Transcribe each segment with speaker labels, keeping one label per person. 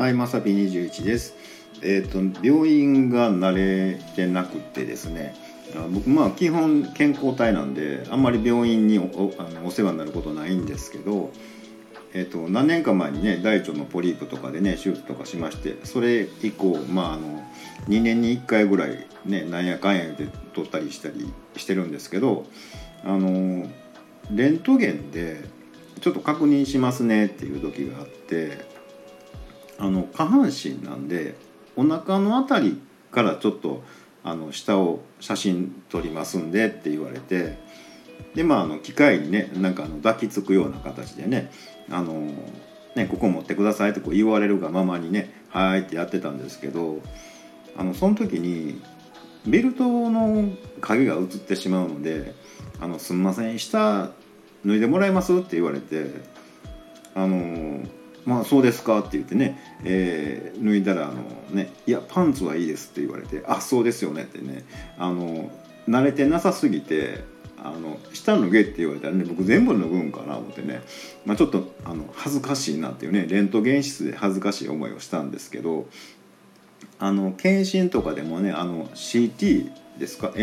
Speaker 1: はい、まさぴ21です。病院が慣れてなくてですね、僕基本健康体なんであんまり病院にお世話になることないんですけど、何年か前にね大腸のポリープとかでね手術とかしまして、それ以降2年に1回ぐらいねなんやかんやで取ったりしたりしてるんですけど、レントゲンでちょっと確認しますねっていう時があって、下半身なんでお腹のあたりからちょっと下を写真撮りますんでって言われて、で機械にね抱きつくような形でねここ持ってくださいってこう言われるがままにねはいってやってたんですけど、その時にベルトの影が映ってしまうので「すみません下脱いでもらえます?」って言われてそうですかって言ってね、脱いだらいやパンツはいいですって言われて、あそうですよねってね慣れてなさすぎて下脱げって言われたらね僕全部脱ぐんかな思ってね、ちょっと恥ずかしいなっていうねレントゲン室で恥ずかしい思いをしたんですけど、検診とかでもねCT ですか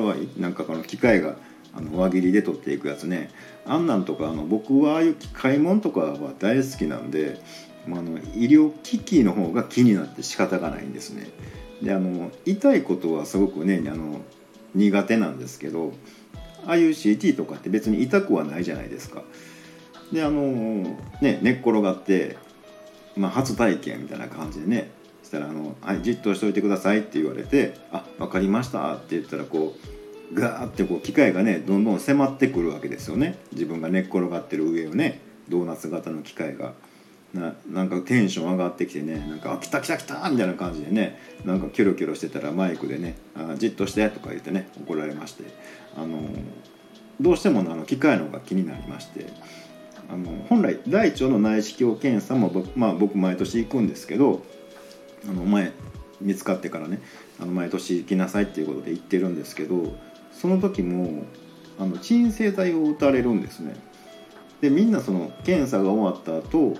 Speaker 1: MRI 機械が輪切りで取っていくやつね、あんなんとか僕はああいう機械もんとかは大好きなんで、医療機器の方が気になって仕方がないんですね。で痛いことはすごくね苦手なんですけど、ああいう CT とかって別に痛くはないじゃないですか。で寝っ転がって、初体験みたいな感じでねしたらはい、じっとしておいてくださいって言われて、あ分かりましたって言ったらこうガーってこう機械がねどんどん迫ってくるわけですよね。自分が寝っ転がってる上をねドーナツ型の機械がなんかテンション上がってきてね来た来た来たみたいな感じでねキョロキョロしてたらマイクでねじっとしてとか言ってね怒られまして、どうしても機械の方が気になりまして、本来大腸の内視鏡検査も僕毎年行くんですけど、前見つかってからね毎年行きなさいっていうことで行ってるんですけど、その時も鎮静剤を打たれるんですね。でみんなその検査が終わった後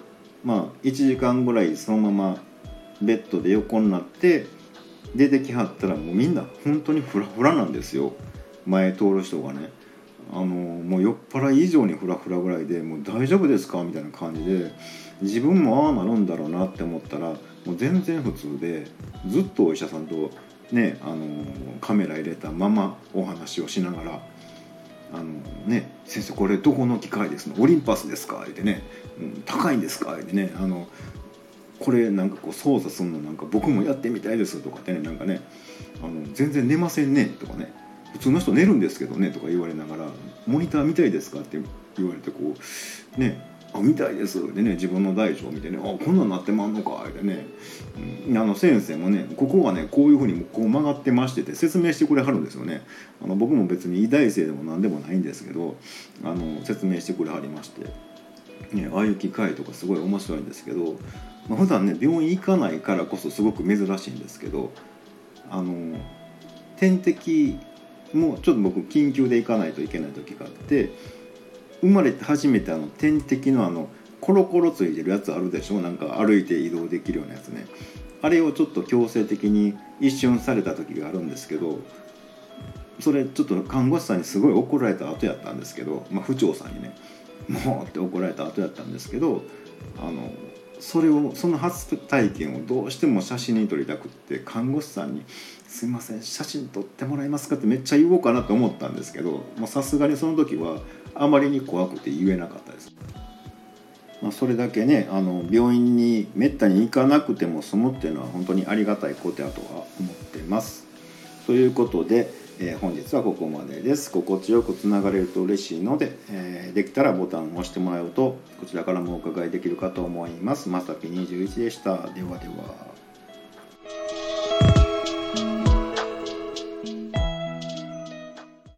Speaker 1: 1時間ぐらいそのままベッドで横になって出てきはったらもうみんな本当にフラフラなんですよ。前通る人がねもう酔っ払い以上にフラフラぐらいで、もう大丈夫ですかみたいな感じで、自分もああなるんだろうなって思ったらもう全然普通で、ずっとお医者さんとねカメラ入れたままお話をしながら先生これどこの機械ですの？オリンパスですか？言ってね、高いんですか？言ってねこれこう操作するの僕もやってみたいですとかってね全然寝ませんねとかね、普通の人寝るんですけどねとか言われながら、モニター見たいですかって言われてこうね見たいですでね自分の大腸を見てねこんなんなってまんのかってね、先生もねここがねこういうふうにこう曲がってましてて説明してくれはるんですよね。僕も別に医大生でも何でもないんですけど説明してくれはりまして、ああいう機械とかすごい面白いんですけど、普段ね病院行かないからこそすごく珍しいんですけど、点滴もちょっと僕緊急で行かないといけない時があって、生まれて初めて点滴のコロコロついてるやつあるでしょ、歩いて移動できるようなやつね、あれをちょっと強制的に一瞬された時があるんですけど、それちょっと看護師さんにすごい怒られた後やったんですけど、婦長さんにねもうって怒られた後やったんですけど、その初体験をどうしても写真に撮りたくって看護師さんに「すいません写真撮ってもらえますか?」ってめっちゃ言おうかなと思ったんですけど、さすがにその時はあまりに怖くて言えなかったです。それだけね病院にめったに行かなくても済むっていうのは本当にありがたいことだとは思ってます。ということで、本日はここまでです。心地よくつながれると嬉しいので、できたらボタンを押してもらうとこちらからもお伺いできるかと思います。まさぴ21でした。ではでは。